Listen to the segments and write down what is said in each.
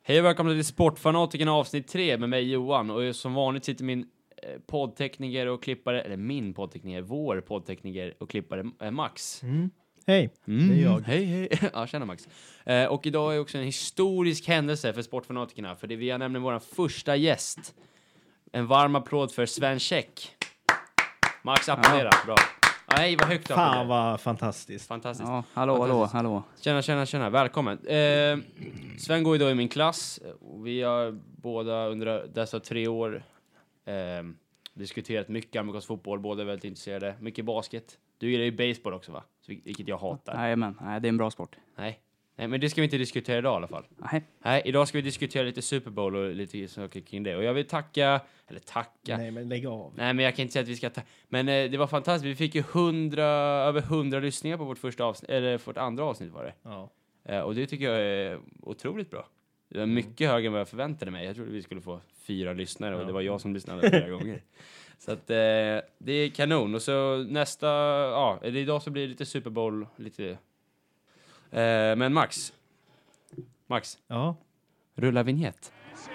Hej och välkomna till Sportfanatikerna avsnitt 3 med mig Johan. Och som vanligt sitter min poddtekniker och klippare, eller min poddtekniker, vår poddtekniker och klippare Max. Hej, det är jag. Hej. Ja, tjena Max. Och idag är också en historisk händelse för Sportfanatikerna. För vi har nämligen vår första gäst. En varm applåd för Sven Käck. Max, applådera. Bra. Nej, vad högt. Fan vad fantastiskt. Fantastiskt. Ja, hallå. Tjena. Välkommen. Sven går idag i min klass. Vi har båda under dessa 3 år diskuterat mycket amerikansk fotboll. Båda är väldigt intresserade. Mycket basket. Du gillar ju baseball också, va? Vilket jag hatar. Jajamän, det är en bra sport. Nej, men det ska vi inte diskutera idag i alla fall. Nej, idag ska vi diskutera lite Super Bowl och lite saker kring det. Och jag vill tacka. Nej, men lägg av. Nej, men jag kan inte säga att vi ska men det var fantastiskt. Vi fick ju över 100 lyssningar på vårt första avsnitt, eller vårt andra avsnitt var det. Ja. Och det tycker jag är otroligt bra. Det var mycket högre än vad jag förväntade mig. Jag trodde vi skulle få 4 lyssnare och det var jag som lyssnade 4 gånger. Så att det är kanon. Och så nästa, eller idag så blir det lite Super Bowl, lite. Men Max. Ja. Rulla vignett.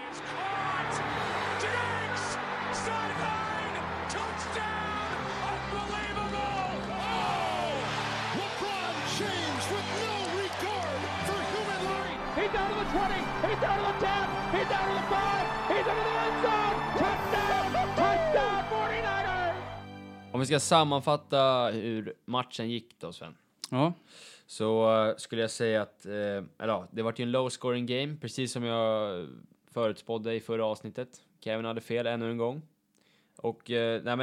He's down to the 20, he's down to the 10, he's down to the 5, he's into the end zone, touchdown 49ers! Om vi ska sammanfatta hur matchen gick då, Sven. Ja. Så skulle jag säga att, det var ju en low scoring game, precis som jag förutspådde i förra avsnittet. Kevin hade fel ännu en gång. Och,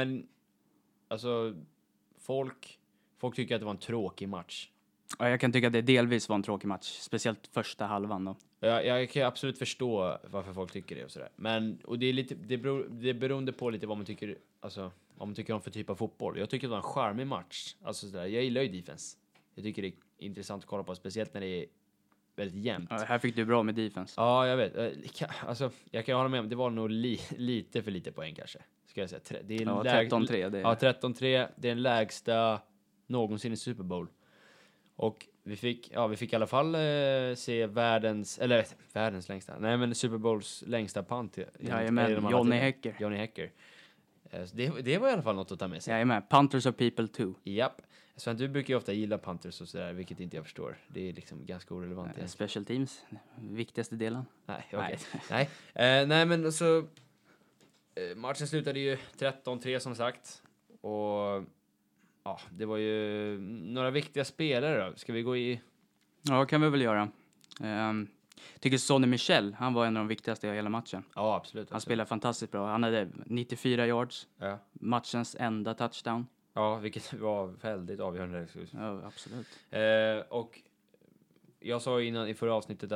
folk tycker att det var en tråkig match. Ja, jag kan tycka att det delvis var en tråkig match, speciellt första halvan då. Jag kan absolut förstå varför folk tycker det och sådär. Men, och det är lite, det beroende på lite vad man tycker, alltså, vad man tycker om för typ av fotboll. Jag tycker det var en charmig match. Alltså sådär, jag gillar ju defense. Jag tycker det är intressant att kolla på, speciellt när det är väldigt jämnt. Ja, här fick du bra med defense. Ja, jag vet. Alltså, jag kan hålla med om, det var nog lite för lite poäng kanske. Ska jag säga. Det är 13-3. Ja, 13-3. Det är den lägsta någonsin i Super Bowl. Och vi fick i alla fall se världens längsta. Nej, men Super Bowls längsta punt. Jajamän, Johnny Hecker. Så det var i alla fall något att ta med sig. Jajamän, Punters are people too. Japp. Så du brukar ju ofta gilla Panthers och sådär, vilket inte jag förstår. Det är liksom ganska orelevant. Special teams, viktigaste delen. Nej, okej. Nej. Nej, men så matchen slutade ju 13-3 som sagt. Och det var ju några viktiga spelare då. Ska vi gå i? Ja, kan vi väl göra. Tycker Sonny Michel, han var en av de viktigaste i hela matchen. Ja, absolut. Han spelade fantastiskt bra. Han hade 94 yards. Ja. Matchens enda touchdown. Ja, vilket var väldigt avgörande. Ja, absolut. Och jag sa innan i förra avsnittet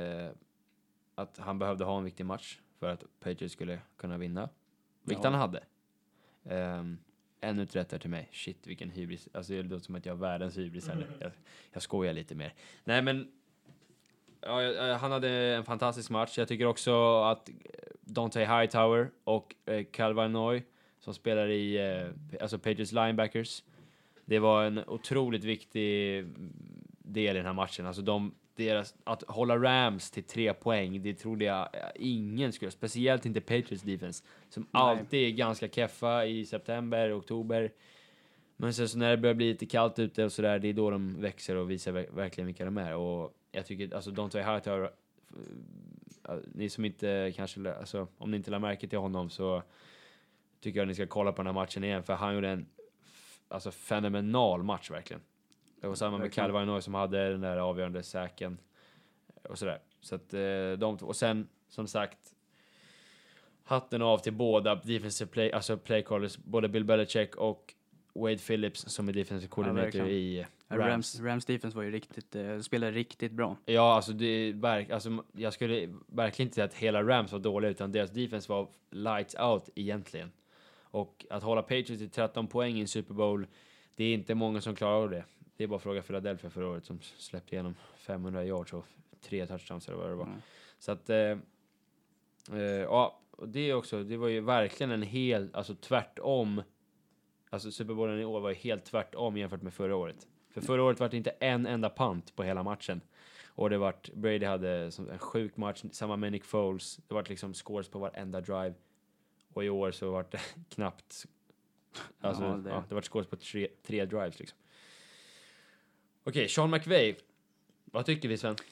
att han behövde ha en viktig match för att Patriots skulle kunna vinna. Vilket han hade. Ännu ett rätt här till mig. Shit, vilken hybris. Alltså det låter som att jag har världens hybris här. Jag skojar lite mer. Nej, men han hade en fantastisk match. Jag tycker också att Dante Hightower och Calvin Noy som spelar i Patriots linebackers. Det var en otroligt viktig del i den här matchen. Alltså att hålla Rams till 3 poäng, det trodde jag ingen skulle. Speciellt inte Patriots defense, som alltid är ganska keffa i september, oktober. Men sen så när det börjar bli lite kallt ute och sådär, det är då de växer och visar verkligen vilka de är. Och jag tycker, alltså Dante Hightower, ni som inte kanske, alltså om ni inte lade märke till honom så tycker jag att ni ska kolla på den här matchen igen, för han gjorde en fenomenal match verkligen. Det var samma med Calvin Noy som hade den där avgörande säken och sådär. Så att och sen som sagt, hatten av till båda defensive play callers, både Bill Belichick och Wade Phillips som är defensive coordinator i Rams. Rams defense var ju spelade riktigt bra. Ja, alltså jag skulle verkligen inte säga att hela Rams var dåliga, utan deras defense var lights out egentligen. Och att hålla Patriots till 13 poäng i en Super Bowl, det är inte många som klarar av det. Det är bara att fråga Philadelphia förra året som släppte igenom 500 yards och 3 touchdowns eller vad det var. Så att och det var ju verkligen tvärtom. Alltså Super Bowlen i år var ju helt tvärtom jämfört med förra året. För förra året var det inte en enda punt på hela matchen. Och Brady hade en sjuk match, samma med Nick Foles. Det var liksom scores på varenda drive. Och i år så var det knappt, alltså det var scores på tre drives liksom. Okej, Sean McVay. Vad tycker vi, Sven?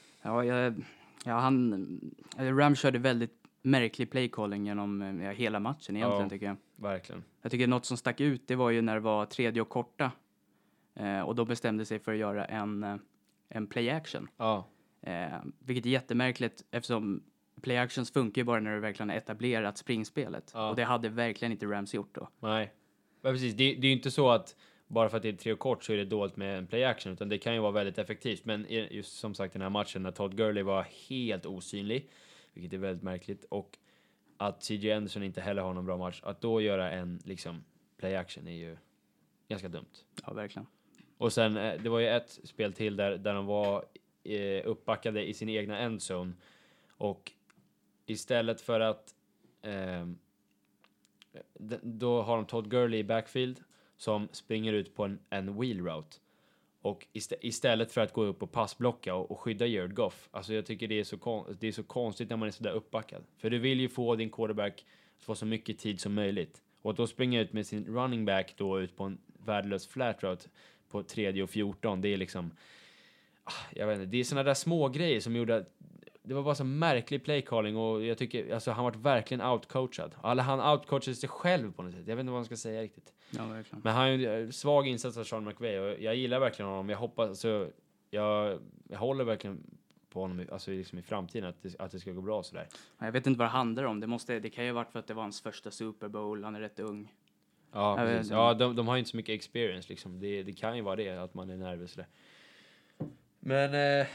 Rams körde väldigt märklig playcalling genom hela matchen egentligen, tycker jag. Verkligen. Jag tycker något som stack ut, det var ju när det var 3:e och korta. Och då bestämde sig för att göra en play action. Ja. Vilket är jättemärkligt eftersom play actions funkar ju bara när du verkligen har etablerat springspelet. Ja. Och det hade verkligen inte Rams gjort då. Nej. Men precis, det är ju inte så att bara för att det är 3 och kort så är det dåligt med en play action, utan det kan ju vara väldigt effektivt. Men just som sagt den här matchen när Todd Gurley var helt osynlig, vilket är väldigt märkligt, och att CJ Anderson inte heller har någon bra match, att då göra en liksom play action är ju ganska dumt. Ja, verkligen. Och sen, det var ju ett spel till där de var uppbackade i sin egna endzone, och istället för att då har de Todd Gurley i backfield som springer ut på en wheel route, och istället för att gå upp och passblocka och skydda Jared Goff. Alltså jag tycker det är så konstigt när man är så där uppbackad, för du vill ju få din quarterback att få så mycket tid som möjligt, och då springer ut med sin running back då ut på en värdelös flat route på 3:e och 14. Det är liksom, jag vet inte, det är såna där små grejer som gjorde att det var bara så märklig playcalling, och jag tycker alltså han var verkligen outcoachad. Han outcoachade sig själv på något sätt. Jag vet inte vad man ska säga riktigt. Ja, verkligen. Men han är ju svag insats av Sean McVay, och jag gillar verkligen honom. Jag hoppas, alltså, jag håller verkligen på honom, alltså liksom i framtiden, att det ska gå bra sådär. Jag vet inte vad det handlar om. Det kan ju ha varit för att det var hans första Super Bowl. Han är rätt ung. Ja, precis. Ja, de har ju inte så mycket experience liksom. Det kan ju vara det, att man är nervös sådär. Men,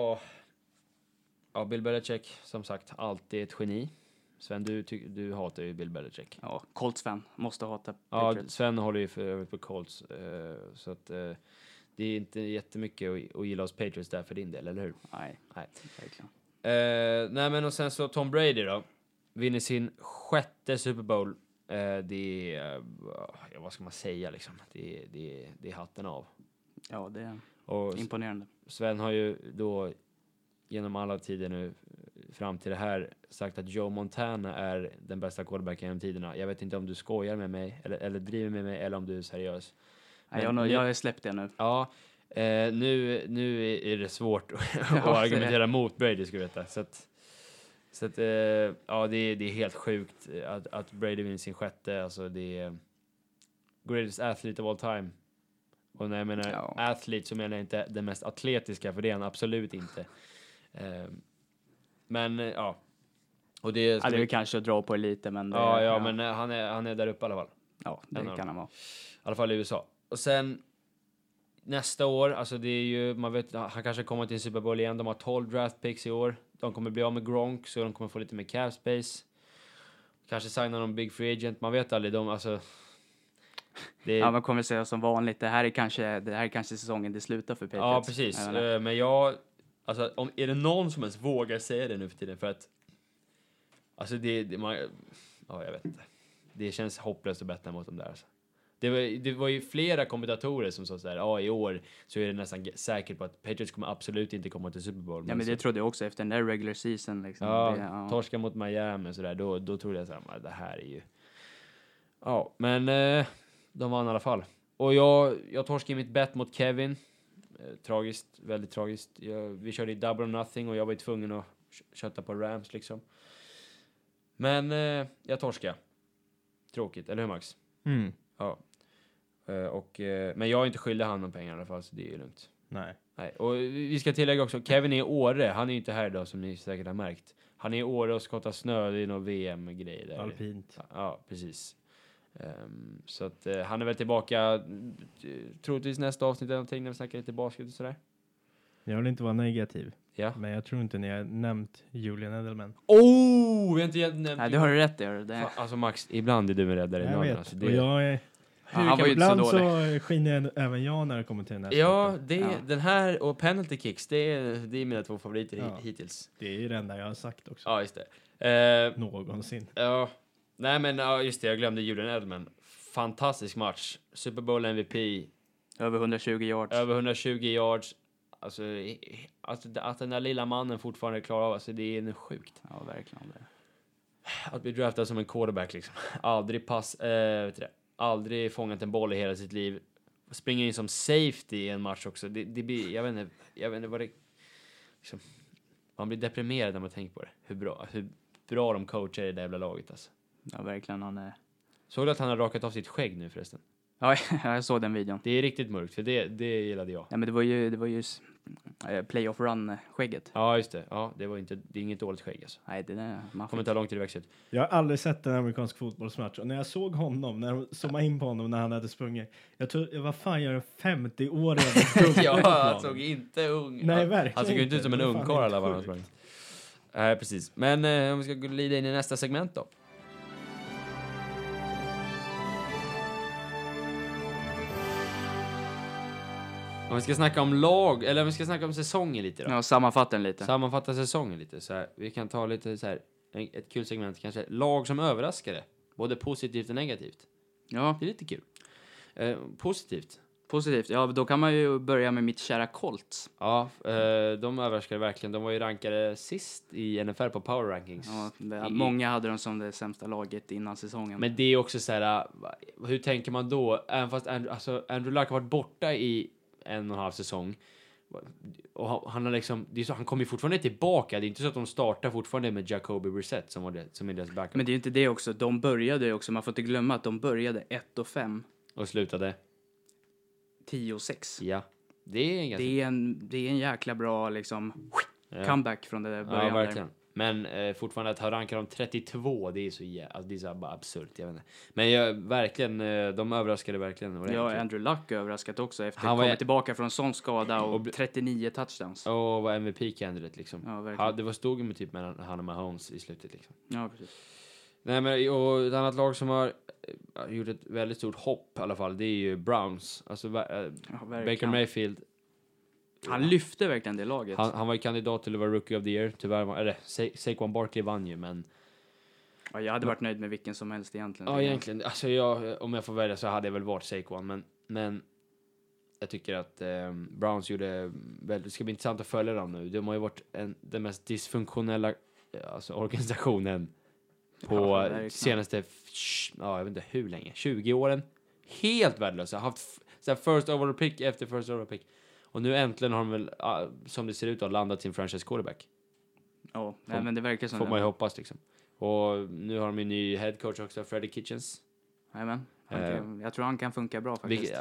ja, Bill Belichick, som sagt, alltid ett geni. Sven, du hatar ju Bill Belichick. Ja, Colts-fan. Måste hata Ja, Patriots. Sven håller ju för övrigt på Colts. Så att det är inte jättemycket att gilla hos Patriots där för din del, eller hur? Nej, verkligen. Nej, men och sen så Tom Brady då. Vinner sin 6:e Super Bowl. Det är, vad ska man säga liksom? Det är hatten av. Ja, det är Och imponerande. Sven har ju då genom alla tider nu fram till det här sagt att Joe Montana är den bästa quarterbacken genom tiderna. Jag vet inte om du skojar med mig eller driver med mig, eller om du är seriös. Nej, jag har släppt det nu. Ja, nu är det svårt att argumentera mot Brady, ska du veta. Så att ja, det är helt sjukt att Brady vinner sin 6:e. Alltså det är greatest athlete of all time. Och när jag menar athlete så menar jag inte den mest atletiska, för det är han absolut inte. Men ja. Och det är kanske att dra på lite, men men han är där uppe i alla fall. Ja, det kan han vara. I alla fall i USA. Och sen nästa år, alltså det är ju, man vet, han kanske kommer till en Super Bowl igen. De har 12 draft picks i år. De kommer bli av med Gronk, så de kommer få lite mer cap space. Kanske signa någon big free agent. Man vet aldrig. Ja, man kommer säga som vanligt. Det här är kanske säsongen det slutar för Patriots. Ja, precis. Men alltså, är det någon som ens vågar säga det nu för tiden? För att, alltså jag vet inte. Det känns hopplöst att betta mot dem där. Alltså. Det var ju flera kommentatorer som sa sådär, i år så är det nästan säkert på att Patriots kommer absolut inte komma till Super Bowl. Ja, men det trodde jag också efter den där regular season. Liksom. Torska mot Miami och sådär, då trodde jag såhär, det här är ju... Ja, men de vann i alla fall. Och jag torskade mitt bet mot Kevin. Tragiskt, väldigt tragiskt. Vi körde i double or nothing och jag var ju tvungen att kötta på Rams liksom. Men jag torskade. Tråkigt, eller hur Max? Mm. Ja. Men jag är inte skyldig han någon pengar i alla fall, så det är ju lugnt. Nej. Och vi ska tillägga också, Kevin är i Åre. Han är ju inte här idag, som ni säkert har märkt. Han är i Åre och skottar snö, det är någon VM-grej där. Alpint. Ja, precis. Så att han är väl tillbaka troligtvis nästa avsnitt eller någonting när vi snackar lite basket och sådär. Jag vill inte vara negativ. Ja. Men jag tror inte ni har nämnt Julian Edelman. Vi har inte nämnt... Nej, det har du rätt i. Det. Alltså Max, ibland är du med räddare i Jag någon. vet. Alltså, Och jag är... Han var ju inte så ibland dålig. så skiner även jag när det kommer till den här Ja, sporten. den här och penalty kicks, det är mina 2 favoriter hittills. Det är ju det enda jag har sagt också. Ja, just det. Någonsin. Ja, nej men just det, jag glömde Julian Edelman. Fantastisk match. Super Bowl MVP. Över 120 yards. Över 120 yards. alltså, att den där lilla mannen fortfarande klarar av, alltså det är sjukt. Ja, verkligen. Det. Att bli draftad som en quarterback liksom. Aldrig fångat en boll i hela sitt liv. Springer in som safety i en match också. Det blir, jag vet inte vad det... Liksom, man blir deprimerad när man tänker på det. Hur bra de coachar i det jävla laget alltså. Ja, verkligen. Han är... Såg du att han har rakat av sitt skägg nu förresten? Ja, jag såg den videon. Det är riktigt mörkt, för det gillade jag. Ja, men det var ju playoff run-skägget. Ja, just det. Ja, det är inget dåligt skägg alltså. Nej, det är Kommer inte ha långt till det växer ut. Jag har aldrig sett en amerikansk fotbollsmatch. Och när jag såg honom, när de zoomade in på honom när han hade sprungit. Jag tror, vad fan gör en 50-årig? Ja, han såg inte ung. Nej, verkligen Han såg ju inte ut som en Det var fan ungkarl helt alla vad han sjukt. sprang. Precis. Men om vi ska glida in i nästa segment då. Om vi ska snacka om lag, eller om vi ska snacka om säsongen lite då. Ja, sammanfatta den lite. Sammanfatta säsongen lite. Så här, vi kan ta lite så här, ett kul segment kanske. Lag som överraskade. Både positivt och negativt. Ja, Det är lite kul. Positivt. positivt. Ja, då kan man ju börja med mitt kära Colts. Ja, de överraskade verkligen. De var ju rankade sist i NFL på Power Rankings. Ja, många hade dem som det sämsta laget innan säsongen. Men det är också så här, hur tänker man då? Även fast Andrew Luck har varit borta i 1,5 säsong. Och han har liksom, det är så, han kommer ju fortfarande tillbaka. Det är inte så att de startar fortfarande med Jacoby Brissett som är deras backup. Men det är ju inte det också. De började ju också, man får inte glömma att de började 1-5, Och slutade. 10-6. Ja. Det är en ganska... Det är en jäkla bra liksom Ja. comeback från det där början. Ja, verkligen. Men fortfarande att ha rankat dem 32, det är så alltså, det är så bara absurt, jag vet inte. Men verkligen, de överraskade verkligen. Ja, Andrew Luck överraskat också efter Han att var- komma tillbaka från sån skada och 39 touchdowns. Och var MVP-candidate liksom. Ja, verkligen. Det var stod med typ mellan han och Mahomes i slutet liksom. Ja, precis. Nej, men och ett annat lag som har gjort ett väldigt stort hopp i alla fall, det är ju Browns. Alltså Ja, Baker verkligen. Mayfield. Han lyfte verkligen det laget. Han var ju kandidat till att vara Rookie of the Year. Tyvärr eller Saquon Barkley vann ju, men Ja, jag hade varit nöjd med vilken som helst egentligen. ja, egentligen. Alltså om jag får välja så hade jag väl varit Saquon, men jag tycker att Browns gjorde väldigt, det ska bli intressant att följa dem nu. De har ju varit den mest dysfunktionella organisationen på Ja, verkligen. senaste, jag vet inte hur länge, 20 åren. Helt värdelösa. Haft så här first overall pick efter first overall pick. Och nu äntligen har de väl, som det ser ut, landat sin franchise quarterback. Ja, nej, men det verkar som Får det. man ju hoppas liksom. Och nu har de en ny head coach också, Freddie Kitchens. Jajamän. Jag tror han kan funka bra faktiskt.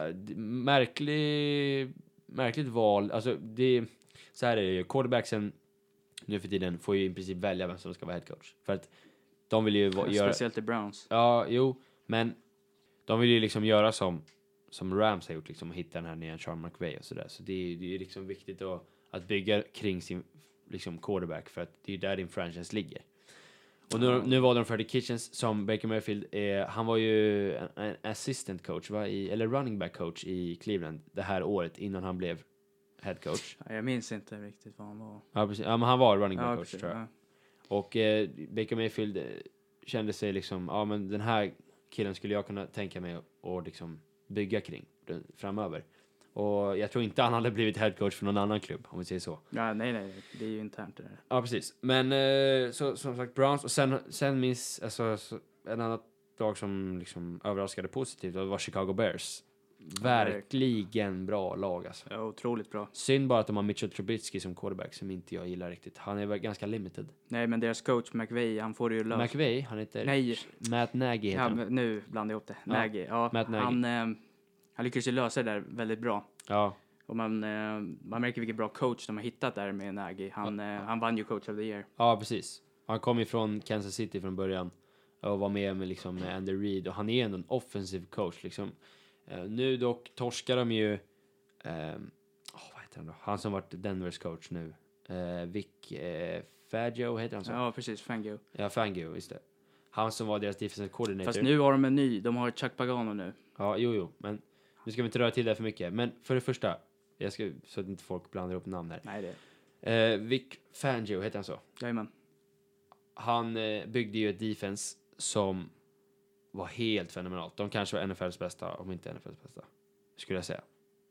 Märkligt val. Alltså så här är det ju. Quarterbacksen nu för tiden får ju i princip välja vem som ska vara head coach. För att de vill ju göra... Speciellt i Browns. Ja, jo. Men de vill ju liksom göra som Rams har gjort, liksom, och hitta den här nya Sean McVay och sådär. Så det är liksom viktigt att bygga kring sin liksom quarterback, för att det är där din franchise ligger. Och nu var de Freddie Kitchens som Baker Mayfield. Han var ju en assistant coach, eller running back coach i Cleveland det här året innan han blev head coach. Ja, jag minns inte riktigt vad han var. Ja, precis. Ja, men han var running back Ja, coach, precis, tror jag. ja. Och Baker Mayfield kände sig liksom, ja men den här killen skulle jag kunna tänka mig att liksom bygga kring framöver. Och jag tror inte han hade blivit head coach för någon annan klubb, om vi säger så. Ja, nej, det är ju internt det där. Ja, precis. Men så som sagt Browns, och sen minns en annan lag som liksom överraskade positivt, och det var Chicago Bears. Verkligen bra lag alltså. Ja, otroligt bra. Synd bara att de har Mitchell Trubisky som quarterback, som inte jag gillar riktigt. Han är väl ganska limited. Nej, men deras coach McVay, han får det ju löst. McVay, han heter Nej. Matt Nagy heter Ja, han. men nu blandar jag ihop det. Ja, Nagy. Ja, Matt Nagy. Han lyckades ju lösa det där väldigt bra. Ja, Och man märker vilken bra coach de har hittat där med Nagy. Han vann ju coach of the year. ja, precis. Han kom ju från Kansas City från början och var med liksom, med Andy Reid, och han är ändå en offensiv coach liksom. Nu dock torskar de ju vad heter han då? Han som varit Denvers coach nu. Vic Fangio heter han så? Ja, precis. Fangio. Ja, Fangio, just det. Han som var deras defensive coordinator. Fast nu har de en ny. De har Chuck Pagano nu. Ja, jo, men nu ska vi inte röra till det för mycket. Men för det första, så att inte folk blandar upp namn här. Nej, det. Vic Fangio heter han så. Jajamän. Han byggde ju ett defense som var helt fenomenalt. De kanske var NFLs bästa, om inte NFLs bästa, skulle jag säga.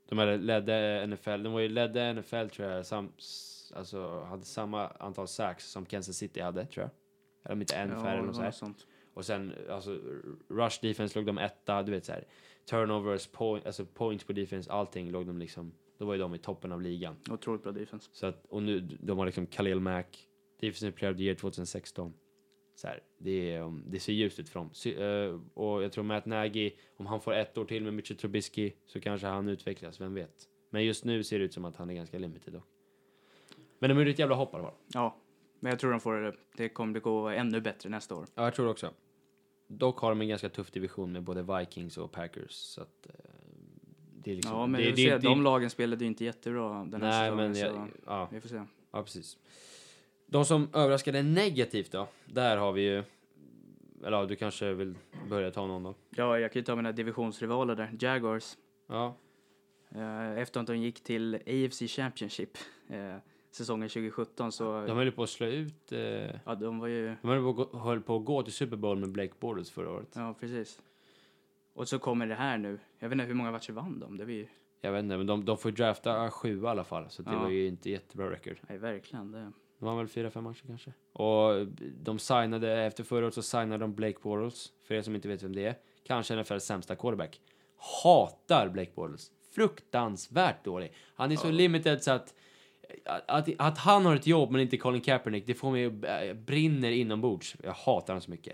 ledde NFL. De var ju ledde NFL tror jag. Alltså hade samma antal sacks som Kansas City hade tror jag. Eller om inte en färre eller så här. Sånt. Och sen alltså rush defense låg de etta, du vet så här. Turnovers, points på defense, allting låg de liksom. Då var ju de i toppen av ligan. Otroligt bra defense. Så att, och nu de har liksom Khalil Mack, defensive player of the year 2016. Så här, det ser ljust ut för dem. Och jag tror Matt Nagy, om han får 1 år till med Mitchell Trubisky så kanske han utvecklas, vem vet. Men just nu ser det ut som att han är ganska limited då. Men de är ju ett jävla hopp i alla fall. Ja, men jag tror det kommer att gå ännu bättre nästa år. Ja, jag tror också. Dock har de en ganska tuff division med både Vikings och Packers. Så att, det är liksom... Ja, men de lagen spelade ju inte jättebra den här säsongen. Men ja, vi får se. Ja, precis. De som överraskade negativt då, där har vi ju... Eller ja, du kanske vill börja ta någon då? Ja, jag kan ju ta mina divisionsrivaler där. Jaguars. Ja. Efter att de gick till AFC Championship säsongen 2017 så... De höll ju på att slå ut... Ja, de var ju... De höll på att gå till Super Bowl med Blake Bortles förra året. Ja, precis. Och så kommer det här nu. Jag vet inte hur många matcher vann de. Det var ju... Jag vet inte, men de får drafta 7 i alla fall. Så det var ju inte jättebra record. Nej, verkligen. Det var väl 4-5 matcher kanske. Och de signade, efter förra året så signade de Blake Bortles. För er som inte vet vem det är. Kanske NFLs sämsta quarterback. Hatar Blake Bortles. Fruktansvärt dålig. Han är så limited så att han har ett jobb men inte Colin Kaepernick, det får mig brinner inombords. Jag hatar han så mycket.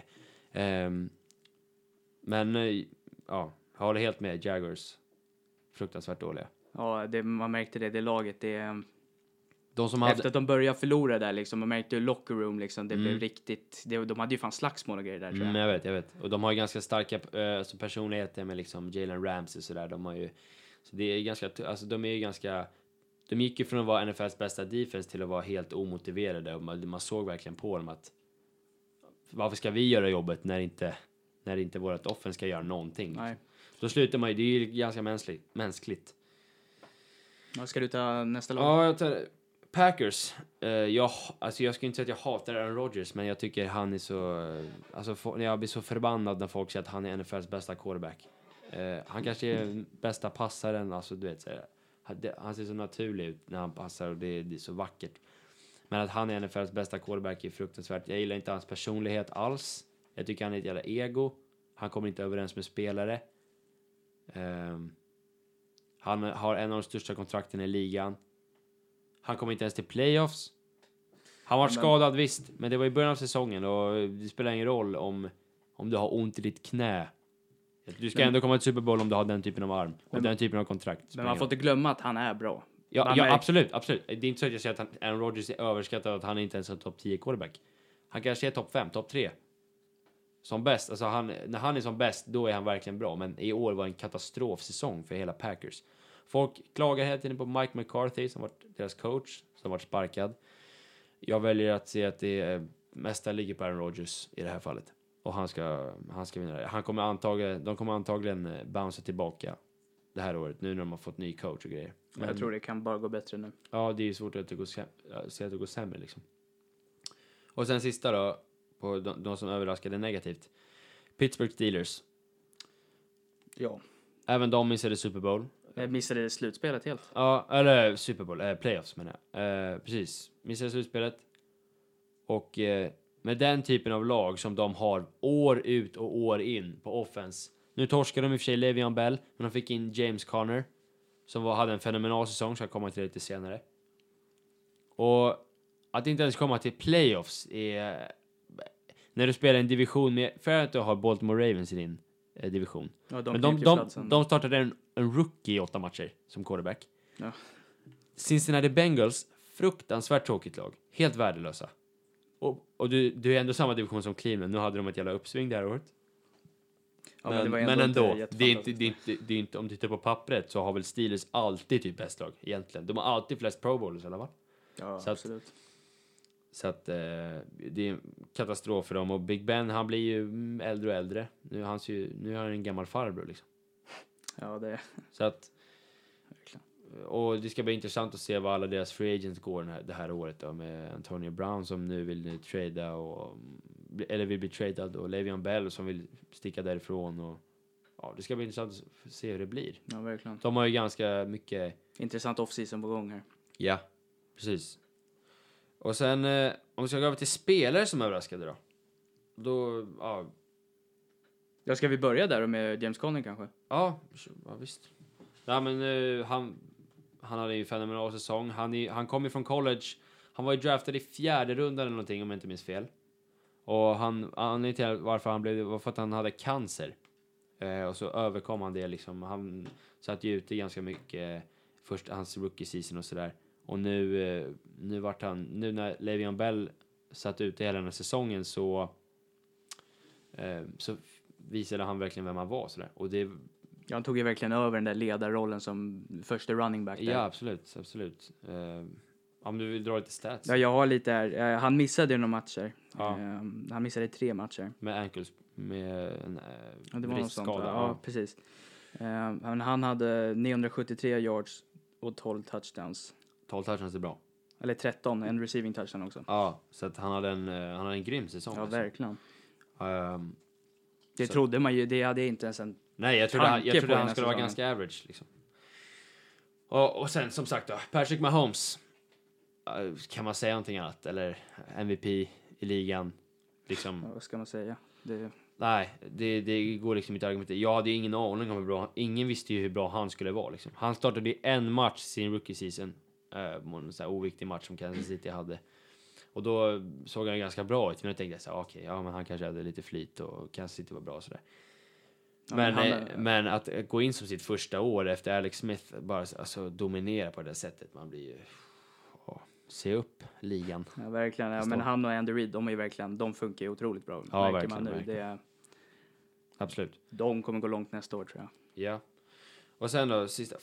Men ja, jag håller helt med. Jaguars fruktansvärt dåliga. Ja, man märkte det laget. De som efter att de började förlora där liksom, man märkte locker room liksom, det blev riktigt, de hade ju fan slagsmål och grejer där tror jag. Jag vet. Och de har ju ganska starka personligheter med liksom Jalen Ramsey så där. De har ju, så det är ganska, alltså de är ju ganska, de gick ju från att vara NFLs bästa defense till att vara helt omotiverade och man såg verkligen på dem att varför ska vi göra jobbet när inte vårt offen ska göra någonting. Nej. Då slutar man ju, det är ju ganska mänskligt. Vad ska du ta nästa lag? Ja, jag tar Packers. Jag ska inte säga att jag hatar Aaron Rodgers, men jag tycker han är så... jag blir så förbannad när folk säger att han är NFLs bästa quarterback. Han kanske är bästa passaren, alltså du vet så här, han ser så naturlig ut när han passar och det är så vackert. Men att han är NFLs bästa quarterback är fruktansvärt. Jag gillar inte hans personlighet alls. Jag tycker han är ett jävla ego. Han kommer inte överens med spelare. Han har en av de största kontrakten i ligan. Han kom inte ens till playoffs. Han var skadad visst, men det var i början av säsongen och det spelar ingen roll om du har ont i ditt knä. Du ska ändå komma till Super Bowl om du har den typen av arm och den typen av kontrakt. Men man får inte glömma att han är bra. Ja, absolut. Det är inte så att jag säger att Aaron Rodgers är överskattad och att han inte ens är en topp 10 quarterback. Han kanske är topp 5, topp 3. Som bäst, alltså när han är som bäst, då är han verkligen bra. Men i år var en katastrofsäsong för hela Packers. Folk klagar hela tiden på Mike McCarthy som var deras coach, som var sparkad. Jag väljer att se att det mesta ligger på Aaron Rodgers i det här fallet. Och han ska vinna det. De kommer antagligen bouncea tillbaka det här året, nu när de har fått ny coach och grejer. Men jag tror det kan bara gå bättre nu. Ja, det är svårt att se att det går sämre liksom. Och sen sista då, på de som överraskade negativt. Pittsburgh Steelers. Ja. Även de missade Super Bowl. Jag missade slutspelet helt. Ja, eller Super Bowl, playoffs menar jag. Precis, missade slutspelet. Och med den typen av lag som de har år ut och år in på offense. Nu torskade de i och för sig Le'Veon Bell, men de fick in James Conner som hade en fenomenal säsong, så jag kommer till det lite senare. Och att inte ens komma till playoffs är... När du spelar en division med... För att du har Baltimore Ravens i din division. Ja, men de startade en rookie i 8 matcher som quarterback. Ja. Cincinnati Bengals, fruktansvärt tråkigt lag. Helt värdelösa. Och du är ändå samma division som Cleveland. Nu hade de ett jävla uppsving det här året. Ja, men ändå, det är inte, om du tittar på pappret så har väl Steelers alltid typ bäst lag egentligen. De har alltid flest Pro Bowlers i alla fall. Ja, så absolut. Det är en katastrof för dem. Och Big Ben, han blir ju äldre och äldre. Nu är han en gammal farbror liksom. Ja, det är... Så att... Och det ska bli intressant att se vad alla deras free agents går det här året då, med Antonio Brown som nu vill trada eller vill bli tradad, och Le'Veon Bell som vill sticka därifrån, och ja, det ska bli intressant att se hur det blir. Ja, verkligen. De har ju ganska mycket... Intressant off-season på gång här. Ja, precis. Och sen, om vi ska gå över till spelare som överraskade då, Ja, ska vi börja där med James Conner kanske? ja visst. Ja, men han hade ju en fenomenal säsong. Han kom ju från college. Han var ju draftad i 4:e rundan eller någonting, om jag inte minns fel. Och anledningen till varför han blev, var för att han hade cancer. Och så överkom han det liksom. Han satt ju ute ganska mycket först hans rookie season och sådär. Och nu när Le'Veon Bell satt ute hela den här säsongen så visade han verkligen vem han var sådär. Och det... Ja, han tog ju verkligen över den där ledarrollen som första running back där. Ja, absolut. Om du vill dra lite stats. Ja, jag har lite här. Han missade ju några matcher. Ja. Han missade 3 matcher. Med ankles, med en Ja, det var något sånt, vristskada. ja, precis. Men han hade 973 yards och 12 touchdowns. 12 touchdowns är bra. Eller 13, en receiving touchdown också. Ja, så att han hade en grym säsong. Ja, alltså. verkligen. Det så- trodde man ju, det hade inte ens en... Nej, jag trodde Tanke på han den här skulle vara säsongen. ganska average liksom. Och sen som sagt då, Patrick Mahomes. Kan man säga någonting annat? Eller MVP i ligan? Liksom. Vad ska man säga? Nej, det går liksom inte att argumentera. Jag hade ju ingen aning om hur bra... Ingen visste ju hur bra han skulle vara liksom. Han startade i en match sin rookie season. En sån här oviktig match som Kansas City hade. Och då såg han ganska bra ut. Men jag tänkte så här, okej, men han kanske hade lite flit och Kansas City var bra och sådär. Ja, Men att gå in som sitt första år efter Alex Smith bara alltså, dominera på det sättet, man blir ju... se upp ligan. Ja, verkligen. Ja, men han och Andy Reid, de funkar ju otroligt bra. Ja, märker man nu. verkligen. Absolut. De kommer gå långt nästa år, tror jag. Ja. Och sen då, sista...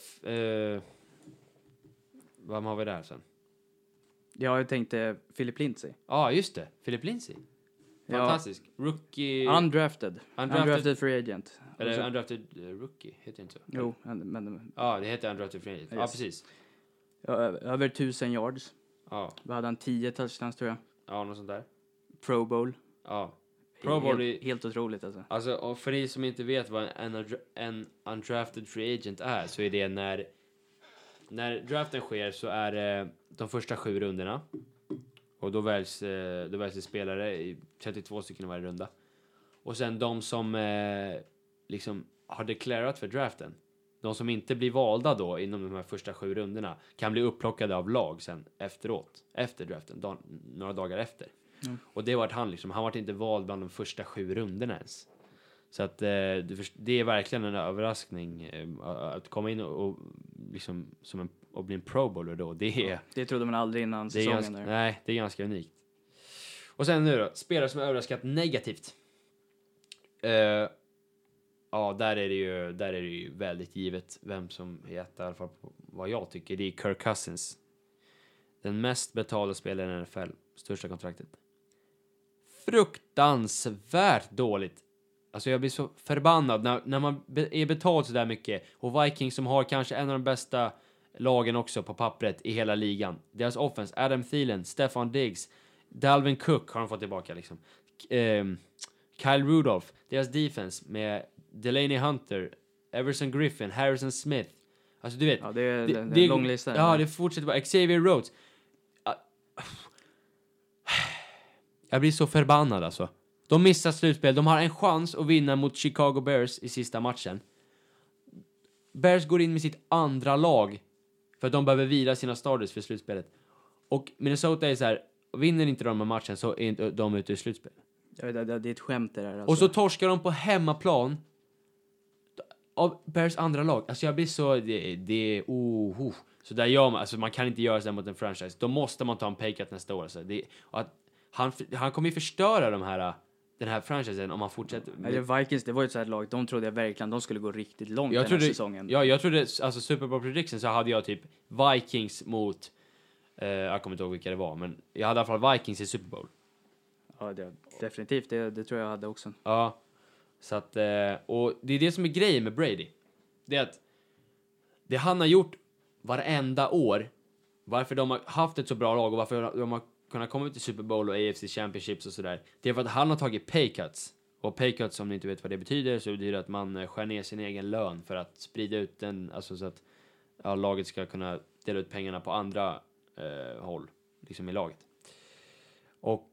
vad har vi där sen? Jag tänkte Philip Lindsay. Ja, just det. Philip Lindsay. Fantastisk. Rookie... Undrafted free agent. Eller undrafted rookie, heter det inte så? Jo, men Ja, det heter undrafted free agent. Ja, Yes. precis. över 1000 yards. Ja. Då hade han 10 touchdowns, tror jag. Ja, något sånt där. Pro Bowl. Ja. Pro Bowl är... Helt otroligt alltså. Alltså, och för ni som inte vet vad en undrafted free agent är, så är det när draften sker så är det de första 7 rundorna. Och då väljs det spelare i 32 stycken i varje runda. Och sen de som liksom har deklarerat för draften, de som inte blir valda då inom de här första 7 rundorna, kan bli upplockade av lag sen efteråt, efter draften, några dagar efter. Mm. Och det var han liksom, han var inte vald bland de första 7 rundorna ens. Så att det är verkligen en överraskning att komma in och liksom och bli en Pro Bowler då. Det trodde man aldrig innan det är säsongen. ganska, Där. nej, det är ganska unikt. Och sen nu då, spelare som är överraskat negativt. Ja, där är det ju väldigt givet vem som är etta, i alla fall på vad jag tycker. Det är Kirk Cousins. Den mest betalda spelaren i NFL. Största kontraktet. Fruktansvärt dåligt. Alltså jag blir så förbannad när man är betald så där mycket. Och Vikings som har kanske en av de bästa lagen också på pappret i hela ligan. Deras offense, Adam Thielen, Stefan Diggs, Dalvin Cook har de fått tillbaka liksom. Kyle Rudolph, deras defense med Delaney Hunter, Everson Griffin, Harrison Smith. Alltså du vet. Ja, det är en lång lista. Ja, det fortsätter bara. Xavier Rhodes. Jag blir så förbannad alltså. De missar slutspel. De har en chans att vinna mot Chicago Bears i sista matchen. Bears går in med sitt andra lag för att de behöver vila sina starters för slutspelet. Och Minnesota är så här, vinner inte de här matchen så är inte de ute i slutspel. Det är ett skämt det där alltså. Och så torskar de på hemmaplan av Bears andra lag. Alltså jag blir så... Så där gör man... Alltså man kan inte göra så där mot en franchise. Då måste man ta en paycut nästa år. Alltså han kommer ju förstöra den här franchisen om man fortsätter... Vikings, det var ju ett sånt här lag. De trodde jag verkligen de skulle gå riktigt långt den här säsongen. Ja, jag trodde... Alltså Super Bowl prediction så hade jag typ Vikings mot... jag kommer inte ihåg vilka det var. Men jag hade i alla fall Vikings i Super Bowl. Ja, definitivt. Det tror jag hade också. Ja. Så att, och det är det som är grejen med Brady. Det är att det han har gjort varenda år, varför de har haft ett så bra lag och varför de har kunnat komma ut i Super Bowl och AFC Championships och sådär, det är för att han har tagit pay cuts Och pay cuts, om ni inte vet vad det betyder, så betyder det att man skär ner sin egen lön för att sprida ut den, alltså så att laget ska kunna dela ut pengarna på andra håll, liksom i laget. Och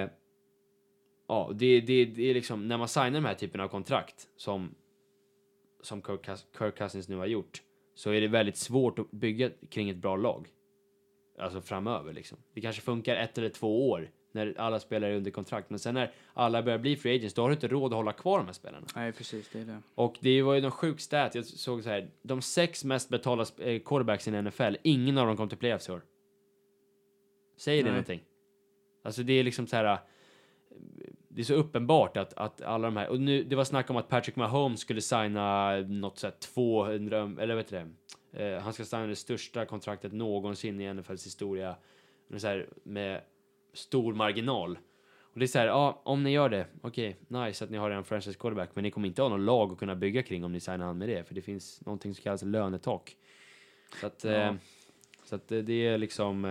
det är liksom, när man signar den här typen av kontrakt som Kirk Cousins nu har gjort, så är det väldigt svårt att bygga kring ett bra lag. Alltså framöver liksom. Det kanske funkar 1 eller 2 år när alla spelare är under kontrakt, men sen när alla börjar bli free agents, då har du inte råd att hålla kvar de här spelarna. Nej, precis, det är det. Och det var ju någon sjuk stat. Jag såg så här, de 6 mest betalda quarterbacks i NFL, ingen av dem kom till playoffs i år. Säger det någonting? Alltså det är liksom så här, det är så uppenbart att alla de här, och nu det var snack om att Patrick Mahomes skulle signa något så här 200, eller vet du det, han ska signa det största kontraktet någonsin i NFLs historia, så här, med stor marginal. Och det är så här, ja, om ni gör det, okej, nice att ni har en franchise quarterback, men ni kommer inte ha någon lag att kunna bygga kring om ni signar han med det, för det finns någonting som kallas lönetak. Så att, så att det är liksom,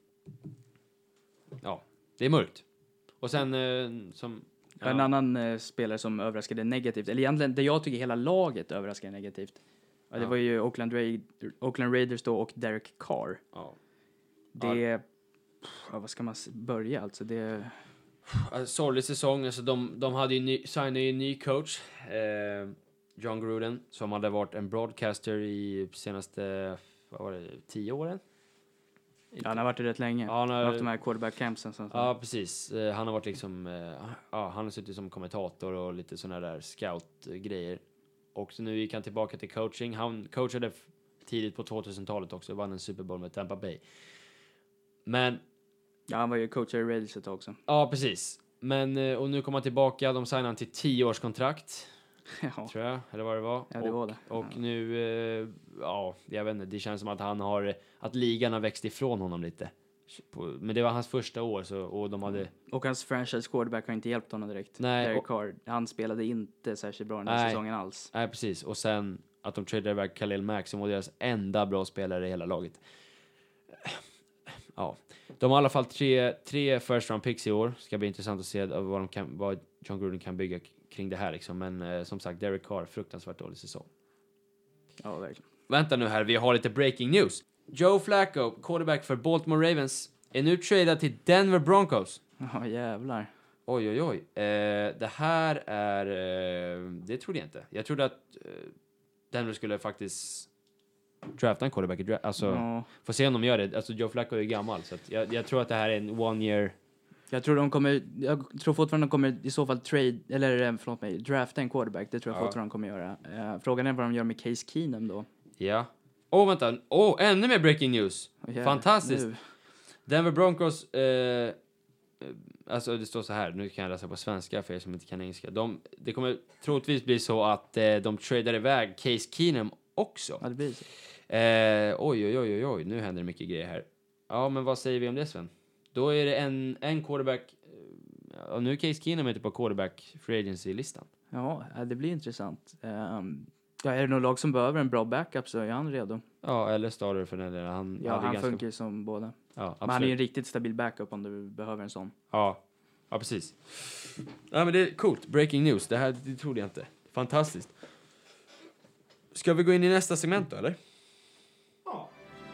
det är mörkt. Och sen En annan spelare som överraskade negativt, eller egentligen det jag tycker hela laget överraskade negativt. Ja, det var ju Oakland Raiders då och Derek Carr. Ja. Det vad ska man börja alltså? Det sorglig säsong. Alltså de hade ju signat en ny coach, John Gruden, som hade varit en broadcaster i senaste 10 åren. Ja, han har varit det rätt länge. Ja, han har haft de här quarterback campsen. Ja, precis. Han har varit liksom, han har suttit som kommentator och lite såna där scout-grejer. Och så nu gick han tillbaka till coaching. Han coachade tidigt på 2000-talet också, vann en Super Bowl med Tampa Bay. Men ja, han var ju coach i Raiders ett tag också. Ja, precis. Men, och nu kommer han tillbaka. De signade han till 10-årskontrakt. Ja. Tror jag, eller vad det var. Ja, det var det. Och nu, jag vet inte. Det känns som att att ligan har växt ifrån honom lite. Men det var hans första år, så, och de hade... Och hans franchise quarterback har inte hjälpt honom direkt. Nej. Derek Carr, han spelade inte särskilt bra den här säsongen alls. Nej, precis. Och sen att de tradade iväg Khalil Mack, som var deras enda bra spelare i hela laget. Ja, de har i alla fall tre first round picks i år. Ska bli intressant att se vad John Gruden kan bygga kring det här liksom. Men som sagt, Derek Carr, fruktansvärt dålig säsong. Ja, verkligen. Vänta nu här, vi har lite breaking news. Joe Flacco, quarterback för Baltimore Ravens, är nu tradad till Denver Broncos. Ja, jävlar. Oj. Det här är... det trodde jag inte. Jag trodde att Denver skulle faktiskt drafta en quarterback. Alltså, får se om de gör det. Alltså, Joe Flacco är ju gammal, så att jag tror att det här är en one year... Jag tror fortfarande de kommer i så fall drafta en quarterback. Det tror jag fortfarande de kommer göra. Frågan är vad de gör med Case Keenum då. Ja. Vänta. Ännu mer breaking news. Fantastiskt. Nu. Denver Broncos... alltså det står så här, nu kan jag läsa på svenska för er som inte kan engelska. Det kommer troligtvis bli så att de tradar iväg Case Keenum också. Ja, det blir så. Oj, nu händer det mycket grejer här. Ja, men vad säger vi om det, Sven? Då är det en quarterback, och nu är Case Keenum inte på quarterback free agency-listan. Ja, det blir intressant. Är det någon lag som behöver en bra backup, så är han redo. Ja, eller starter för den delen. Han funkar ju som båda. Ja, men han är ju en riktigt stabil backup om du behöver en sån. Ja, precis. Ja, men det är coolt. Breaking news. Det trodde jag inte. Fantastiskt. Ska vi gå in i nästa segment då, eller? Ja.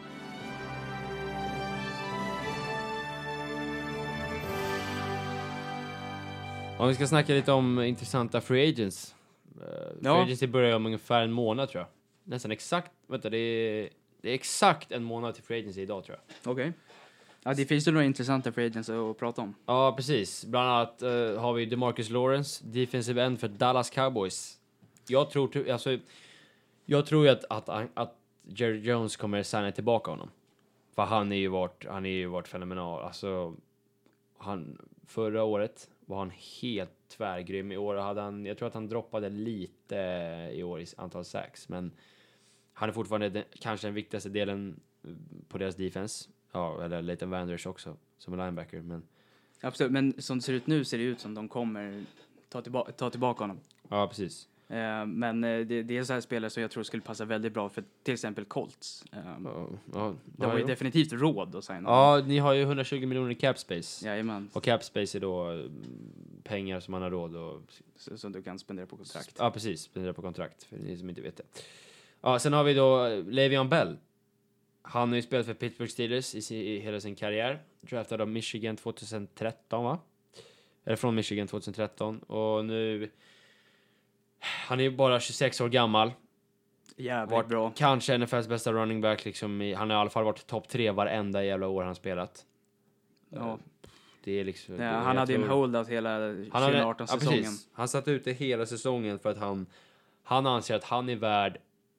Om vi ska snacka lite om intressanta free agents. Free agency börjar om ungefär en månad, tror jag. Nästan exakt. Vänta, det är exakt en månad till free agency idag, tror jag. Okej. Ja, det finns ju några intressanta free agents att prata om. Ja, precis. Bland annat har vi DeMarcus Lawrence, defensive end för Dallas Cowboys. Jag tror ju att Jerry Jones kommer signa tillbaka honom. För han är ju varit fenomenal. Alltså, förra året var han helt tvärgrym. I år jag tror att han droppade lite i år i antal sacks, men han är fortfarande kanske den viktigaste delen på deras defense. Ja, eller Leighton Vanders också som en linebacker, men absolut, men som det ser ut nu ser det ut som de kommer ta tillbaka honom. Ja, precis. Men det är så här spelare som jag tror skulle passa väldigt bra för till exempel Colts. De har ju definitivt råd att signa. Ja, ni har ju 120 miljoner i cap space. Jajamän. Och cap space är då pengar som man har råd och som du kan spendera på kontrakt. Ja, precis. Spendera på kontrakt, för ni som inte vet det. Ja, sen har vi då Le'Veon Bell. Han har ju spelat för Pittsburgh Steelers i hela sin karriär. Draftad av Michigan 2013, va? Eller från Michigan 2013. Och nu... Han är ju bara 26 år gammal. Jävligt bra. Kanske NFLs bästa running back. Liksom han har i alla fall varit topp 3 varenda jävla år han spelat. Ja. Det är liksom... Ja, han hade en holdout hela 2018-säsongen. Ja, han satt ute hela säsongen för att han anser att han är värd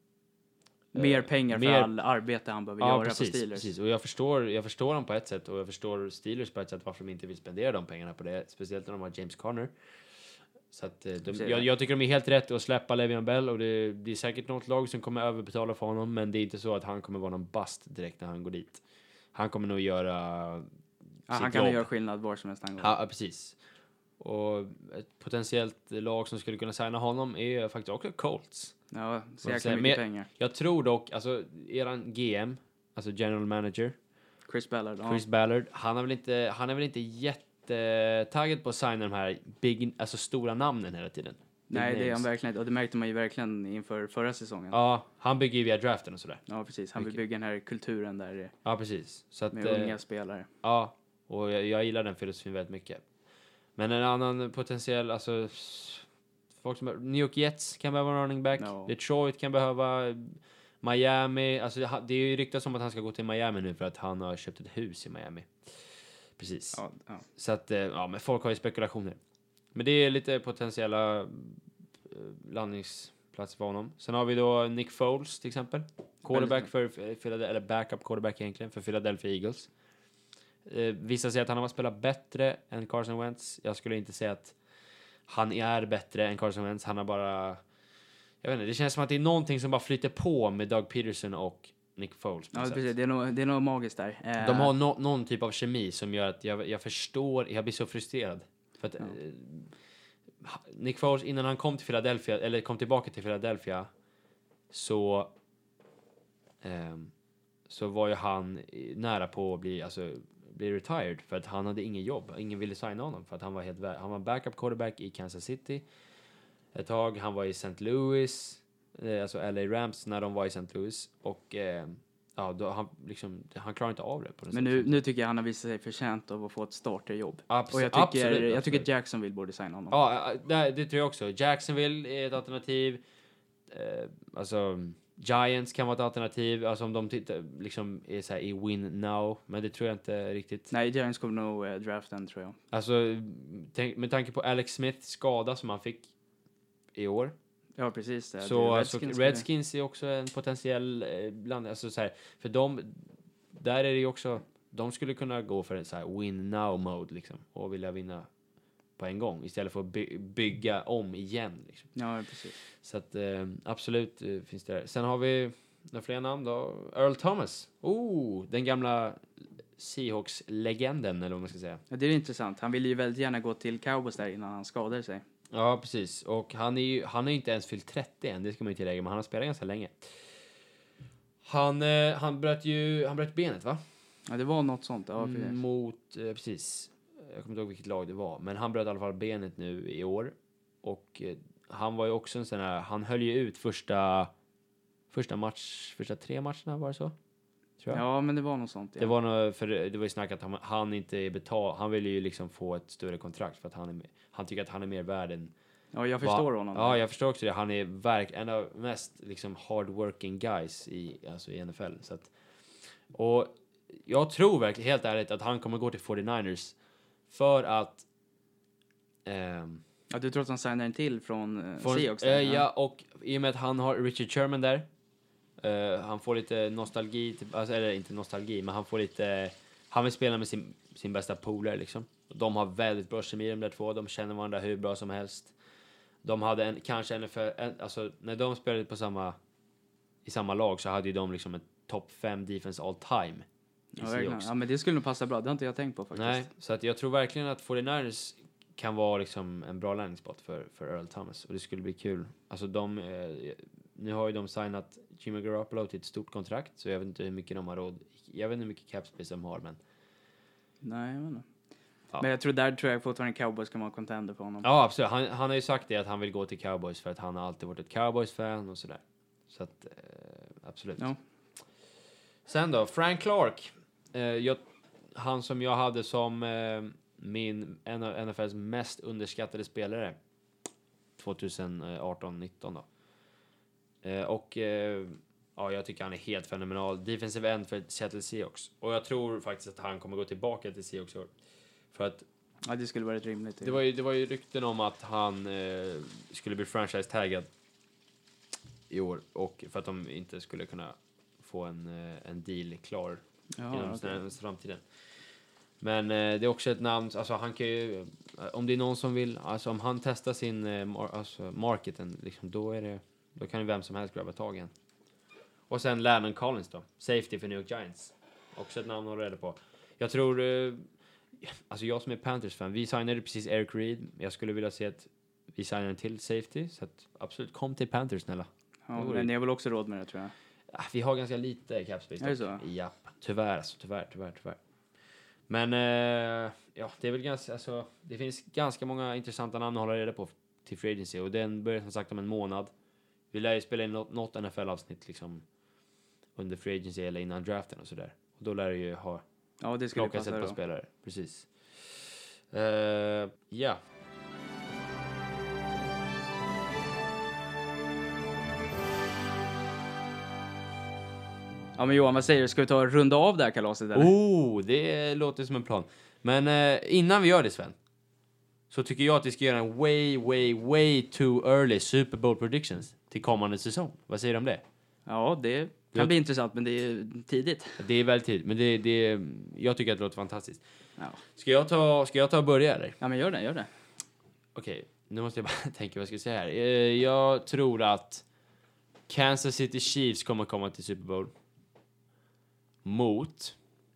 mer pengar för all arbete han behöver göra precis, på Steelers. Precis. Och jag förstår honom på ett sätt och jag förstår Steelers på ett sätt varför de inte vill spendera de pengarna på det. Speciellt när de har James Conner. Så att jag tycker de är helt rätt att släppa Le'Veon Bell och det är säkert något lag som kommer överbetala för honom, men det är inte så att han kommer vara någon bust direkt när han går dit. Han kommer nog göra han kan göra skillnad var som helst han går. Ja, precis. Och ett potentiellt lag som skulle kunna signa honom är faktiskt också Colts. Ja, så jäkla mycket pengar. Jag tror dock, alltså eran GM, alltså general manager Chris Ballard, han är väl inte jättetaggad på att signa de här alltså stora namnen hela tiden. Nej, det är han verkligen inte. Och det märkte man ju verkligen inför förra säsongen. Ja, han bygger ju via draften och sådär. Ja, precis. Han vill bygga den här kulturen där. Ja, precis. Så att, med unga spelare. Ja, och jag gillar den filosofin väldigt mycket. Men en annan potentiell, alltså folk som New York Jets kan behöva en running back. No. Detroit kan behöva Miami. Alltså det är ju ryktas om att han ska gå till Miami nu för att han har köpt ett hus i Miami. Precis. Ja. Så att, men folk har ju spekulationer. Men det är lite potentiella landningsplats för honom. Sen har vi då Nick Foles till exempel. Quarterback eller backup quarterback egentligen för Philadelphia Eagles. Vissa säger att han har spelat bättre än Carson Wentz. Jag skulle inte säga att han är bättre än Carson Wentz. Han har bara... Jag vet inte, det känns som att det är någonting som bara flyter på med Doug Peterson och Nick Foles. Ja, precis. Det är nog magiskt där. De har någon typ av kemi som gör att jag förstår... Jag blir så frustrerad. För att Nick Foles, innan han kom till Philadelphia, eller kom tillbaka till Philadelphia, så var ju han nära på att bli retired för att han hade ingen jobb. Ingen ville signa honom för att han var backup quarterback i Kansas City ett tag. Han var i St. Louis, alltså LA Rams när de var i St. Louis och han klarar inte av det på men nu tycker jag han har visat sig förtjänt av att få ett starterjobb. Och jag tycker Jacksonville borde signa honom. Ja, det tror jag också. Jacksonville är ett alternativ. Giants kan vara ett alternativ. Alltså om de liksom är så här i win now, men det tror jag inte riktigt. Nej, Giants kommer nog draften tror jag. Alltså med tanke på Alex Smiths skada som han fick i år. Ja, precis. Så Redskins är också en potentiell bland, alltså så här, för där är det ju också, de skulle kunna gå för en så här win now mode liksom och vilja vinna på en gång istället för att bygga om igen liksom. Ja, precis. Så att absolut finns det där. Sen har vi några fler namn då. Earl Thomas. Den gamla Seahawks-legenden eller vad man ska säga. Ja, det är intressant. Han ville ju väldigt gärna gå till Cowboys där innan han skadade sig. Ja, precis. Och han har ju inte ens fyllt 30 än, det ska man ju tillägga, men han har spelat ganska länge. Han bröt benet, va? Ja, det var något sånt. Ja, precis. Jag kommer inte ihåg vilket lag det var, men han bröt i alla fall benet nu i år. Och han var ju också en sån här, han höll ju ut första 3 matcherna, var det så? Tror jag. Ja, men det var något sånt. Ja. Det var för det var ju snack att han inte är betald. Han ville ju liksom få ett större kontrakt för att han tycker att han är mer värd än... Ja, jag förstår honom. Ja, jag förstår också det. Han är en av mest liksom hardworking guys i NFL. Så att, och jag tror verkligen helt ärligt att han kommer gå till 49ers för att... Ja, du tror att han signar en till från Seahawks? Ja, och i och med att han har Richard Sherman där. Han får lite nostalgi, eller inte nostalgi, men han får lite... Han vill spela med sin bästa polare liksom. De har väldigt bra kemi de där två. De känner varandra hur bra som helst. De hade alltså när de spelade i samma lag så hade ju de liksom en top 5 defense all time. Ja, men det skulle nog passa bra. Det har inte jag tänkt på faktiskt. Nej, så att jag tror verkligen att 49ers kan vara liksom en bra landningsspot för Earl Thomas. Och det skulle bli kul. Alltså nu har ju de signat Jimmy Garoppolo till ett stort kontrakt. Så jag vet inte hur mycket de har råd. Jag vet inte hur mycket cap space de har, men... Nej, jag vet inte. Ja. Men jag tror fortfarande Cowboys kan vara contender för honom. Ja, absolut. Han har ju sagt det att han vill gå till Cowboys för att han har alltid varit ett Cowboys-fan och sådär. Så att, absolut. Ja. Sen då, Frank Clark. Han som jag hade som en av NFLs mest underskattade spelare 2018-19 då. Ja, jag tycker han är helt fenomenal. Defensive end för Seattle Seahawks. Och jag tror faktiskt att han kommer gå tillbaka till Seahawks i år. För att Ja, det skulle vara rätt rimligt. det var ju rykten om att han skulle bli franchise-taggad i år. Och för att de inte skulle kunna få en deal klar inom framtiden. Men det är också ett namn, alltså han kan ju, om det är någon som vill, alltså om han testar sin marketen, liksom, då kan ju vem som helst grabba tag igen. Och sen Landon Collins då, safety för New York Giants. Också ett namn att hålla reda på. Jag tror, alltså jag som är Panthers-fan, vi signade precis Eric Reed. Jag skulle vilja se att vi signar en till safety, så att absolut, kom till Panthers snälla. Ja, men ni har väl också råd med det, tror jag. Vi har ganska lite cap space. Är det så? Ja, tyvärr. Men ja, det är väl ganska, alltså, det finns ganska många intressanta namn att hålla reda på till Free Agency, och den börjar som sagt om en månad. Vi lär ju spela in något NFL-avsnitt liksom under Free Agency eller innan draften och sådär. Och då lär det ju ha det skulle plockas ett passa par då. spelare. Precis. Ja. Ja, men Johan, vad säger du? Ska vi ta och runda av det här kalaset, eller? Det låter som en plan. Men innan vi gör det, Sven, så tycker jag att vi ska göra en way too early Super Bowl predictions till kommande säsong. Vad säger du om det? Ja, det kan bli intressant, men det är tidigt. Det är väldigt tidigt, men jag tycker att det låter fantastiskt. Ja, Ska jag ta och börja, eller? ja men gör det. Okej, nu måste jag bara tänka vad jag ska säga här. Jag tror att Kansas City Chiefs kommer komma till Super Bowl mot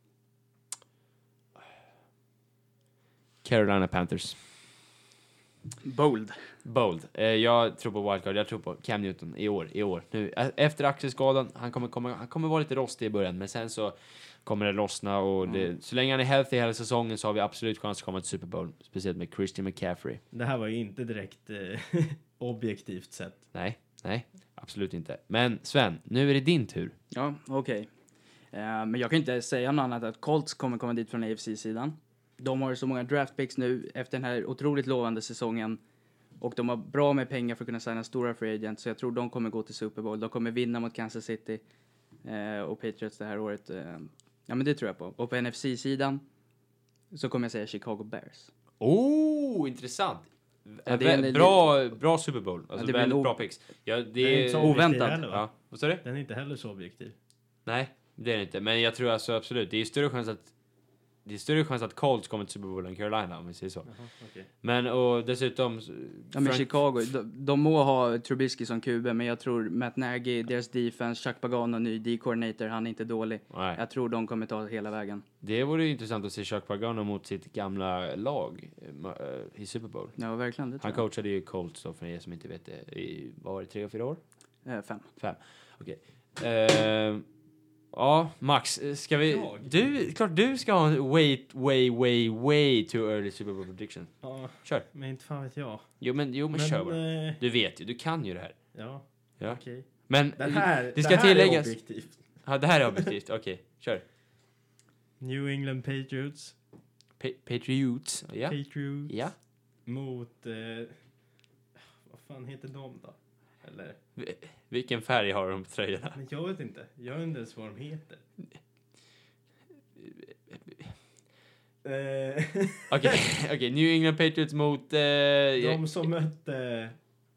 Carolina Panthers. Bold. Jag tror på wildcard. Jag tror på Cam Newton i år. Nu, efter axelskadan, han kommer vara lite rostig i början, men sen så kommer det lossna, och så länge han är healthy hela säsongen så har vi absolut chans att komma till Super Bowl, speciellt med Christian McCaffrey. Det här var ju inte direkt objektivt sett. Nej, absolut inte. Men Sven, nu är det din tur. Ja, okej. Men jag kan inte säga något annat att Colts kommer komma dit från AFC-sidan. De har så många draft picks nu efter den här otroligt lovande säsongen. Och de har bra med pengar för att kunna signa stora free agents. Så jag tror de kommer gå till Super Bowl. De kommer vinna mot Kansas City och Patriots det här året. Ja, men det tror jag på. Och på NFC-sidan så kommer jag säga Chicago Bears. Intressant. Ja, det är Bra Super Bowl. Alltså det blir väldigt en bra picks. Ja, Den är inte så objektiv oväntat. heller, va? Ja, vad sa du? Den är inte heller så objektiv. Nej, det är det inte. Men jag tror alltså absolut, det är större chans att Colts kommer till Super Bowl än Carolina, om vi säger så. Jaha, okay. Men, och dessutom... Ja, men Chicago, de må ha Trubisky som QB, men jag tror Matt Nagy, deras defense, Chuck Pagano, ny D-coordinator, han är inte dålig. Nej. Jag tror de kommer ta hela vägen. Det vore intressant att se Chuck Pagano mot sitt gamla lag i Super Bowl. Ja, verkligen. Det tror Han coachade ju Colts då, för er som inte vet det, i, vad var det, 3 och 4 år? 5. 5, okej. Ja, Max, ska vi... Klart du ska ha en way too early Super Bowl prediction. Ja, Kör. men inte fan vet jag. Jo, men kör bara. Du vet ju, du kan ju det här. Ja, Ja. okej. Men Det ska här tilläggas... är objektivt. Ja, det här är objektivt. Okej, kör. New England Patriots. Patriots. Ja. Patriots. Ja. Mot... vad fan heter de då? Eller... Vilken färg har de på tröjorna? Men jag vet inte. Jag vet inte ens vad de heter. Okej, New England Patriots mot... de som mötte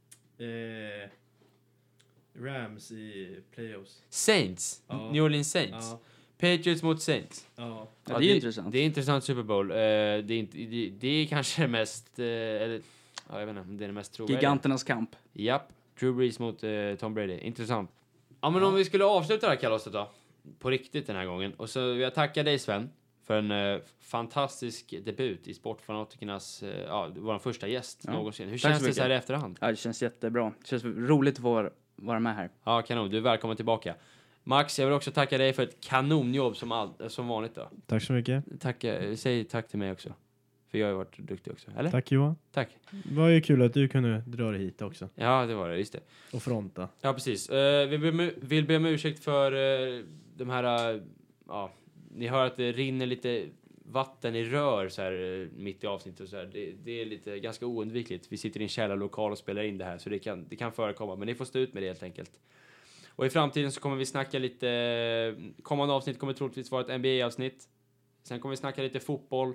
Rams i playoffs. Saints. Ja. New Orleans Saints. Ja, Patriots mot Saints. ja. Ja, det är intressant. Det är intressant Super Bowl. Det är kanske det mest... eller, ja, jag vet inte om det är det mest trovärdiga. Giganternas kamp. Japp. Drew Brees mot Tom Brady. Intressant. Ja, men om vi skulle avsluta det här kalaset då. På riktigt den här gången. Och så vill jag tacka dig, Sven, för en fantastisk debut i Sportfanatikernas, vår första gäst någonsin. Hur Tack känns så det så här i mycket. efterhand? Ja, det känns jättebra. Det känns roligt att få vara med här. Ja, kanon. Du är välkommen tillbaka. Max, jag vill också tacka dig för ett kanonjobb som vanligt då. Tack så mycket. Säg tack till mig också. För jag har ju varit duktig också. Eller? Tack Johan. Tack. Det var ju kul att du kunde dra dig hit också. Ja, det var det. Just det. Och fronta. Ja, precis. Vi vill be om ursäkt för de här... ni hör att det rinner lite vatten i rör så här mitt i avsnittet och så här. Det är lite ganska oundvikligt. Vi sitter i en källarlokal och spelar in det här så det kan förekomma. Men ni får stå ut med det helt enkelt. Och i framtiden så kommer vi snacka lite... Kommande avsnitt kommer troligtvis vara ett NBA-avsnitt. Sen kommer vi snacka lite fotboll.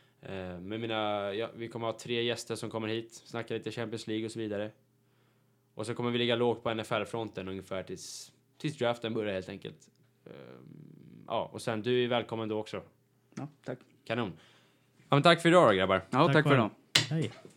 Vi kommer ha 3 gäster som kommer hit. Snacka lite Champions League och så vidare. Och så kommer vi ligga lågt på NFL-fronten ungefär tills draften börjar helt enkelt. Och sen du är välkommen då också. Ja, tack. Kanon. Ja, men tack för idag då, grabbar. Ja, tack för själv. idag. Hej.